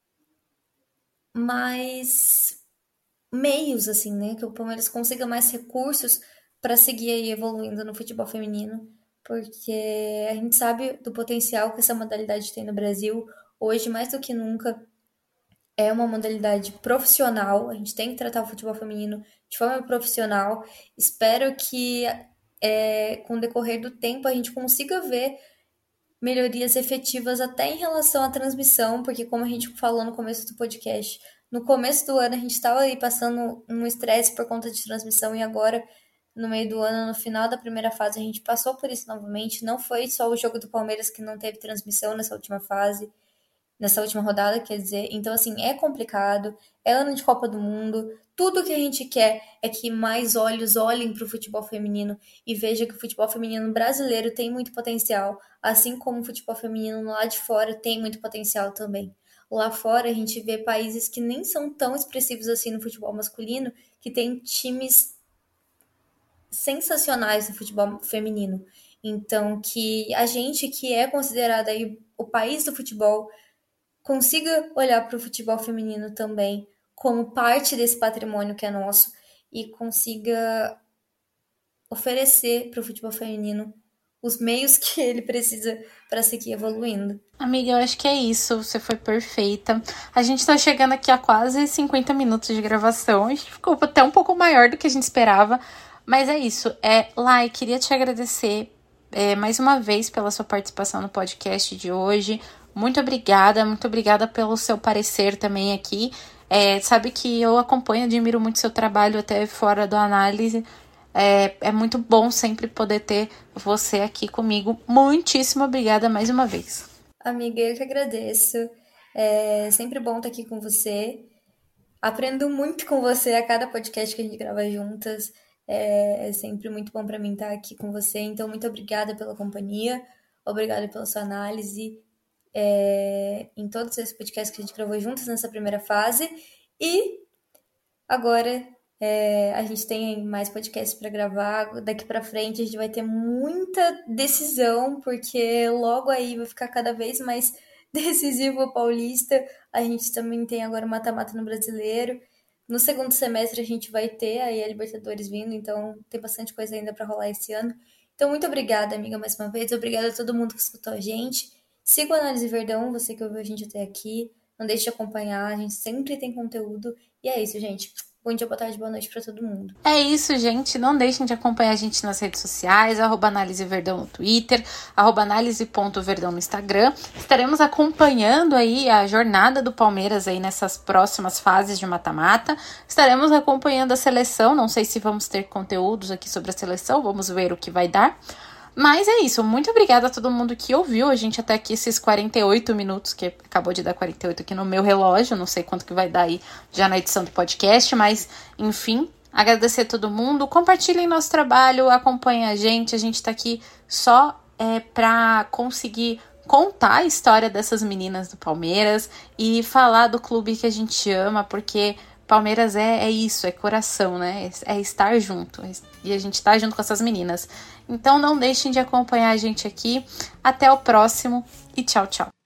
mais meios, assim, né? Que o Palmeiras consiga mais recursos para seguir aí evoluindo no futebol feminino, porque a gente sabe do potencial que essa modalidade tem no Brasil. Hoje, mais do que nunca, é uma modalidade profissional. A gente tem que tratar o futebol feminino de forma profissional. Espero que é, com o decorrer do tempo a gente consiga ver melhorias efetivas até em relação à transmissão, porque como a gente falou no começo do podcast, no começo do ano a gente estava aí passando um estresse por conta de transmissão e agora, no meio do ano, no final da primeira fase, a gente passou por isso novamente. Não foi só o jogo do Palmeiras que não teve transmissão nessa última fase, nessa última rodada, quer dizer. Então, assim, é complicado, é ano de Copa do Mundo. Tudo que a gente quer é que mais olhos olhem para o futebol feminino e vejam que o futebol feminino brasileiro tem muito potencial, assim como o futebol feminino lá de fora tem muito potencial também. Lá fora a gente vê países que nem são tão expressivos assim no futebol masculino, que tem times sensacionais no futebol feminino. Então, que a gente que é considerado aí o país do futebol consiga olhar para o futebol feminino também como parte desse patrimônio que é nosso e consiga oferecer para o futebol feminino os meios que ele precisa para seguir evoluindo. Amiga, eu acho que é isso, você foi perfeita. A gente tá chegando aqui a quase cinquenta minutos de gravação, a gente ficou até um pouco maior do que a gente esperava, mas é isso. É, Lai, queria te agradecer é, mais uma vez pela sua participação no podcast de hoje. Muito obrigada, muito obrigada pelo seu parecer também aqui. É, sabe que eu acompanho, admiro muito seu trabalho até fora do análise. É, é muito bom sempre poder ter você aqui comigo. Muitíssimo obrigada mais uma vez. Amiga, eu que agradeço. É sempre bom estar aqui com você. Aprendo muito com você a cada podcast que a gente grava juntas. É, é sempre muito bom para mim estar aqui com você. Então, muito obrigada pela companhia. Obrigada pela sua análise. É, em todos esses podcasts que a gente gravou juntos nessa primeira fase. E agora é, a gente tem mais podcasts para gravar. Daqui para frente a gente vai ter muita decisão, porque logo aí vai ficar cada vez mais decisivo o Paulista. A gente também tem agora o mata-mata no Brasileiro. No segundo semestre a gente vai ter aí a Libertadores vindo, então tem bastante coisa ainda para rolar esse ano. Então muito obrigada, amiga, mais uma vez. Obrigada a todo mundo que escutou a gente. Siga o Análise Verdão, você que ouviu a gente até aqui. Não deixe de acompanhar, a gente sempre tem conteúdo. E é isso, gente. Bom dia, boa tarde, boa noite pra todo mundo. É isso, gente. Não deixem de acompanhar a gente nas redes sociais, arroba Análise Verdão no Twitter, arroba análise ponto verdão no Instagram. Estaremos acompanhando aí a jornada do Palmeiras aí nessas próximas fases de mata-mata. Estaremos acompanhando a seleção. Não sei se vamos ter conteúdos aqui sobre a seleção, vamos ver o que vai dar. Mas é isso, muito obrigada a todo mundo que ouviu a gente até aqui esses quarenta e oito minutos, que acabou de dar quarenta e oito aqui no meu relógio, não sei quanto que vai dar aí já na edição do podcast, mas enfim, agradecer a todo mundo, compartilhem nosso trabalho, acompanhem a gente, a gente tá aqui só é, pra conseguir contar a história dessas meninas do Palmeiras e falar do clube que a gente ama, porque Palmeiras é, é isso, é coração, né? É, é estar junto. É, e a gente tá junto com essas meninas. Então não deixem de acompanhar a gente aqui. Até o próximo e tchau, tchau.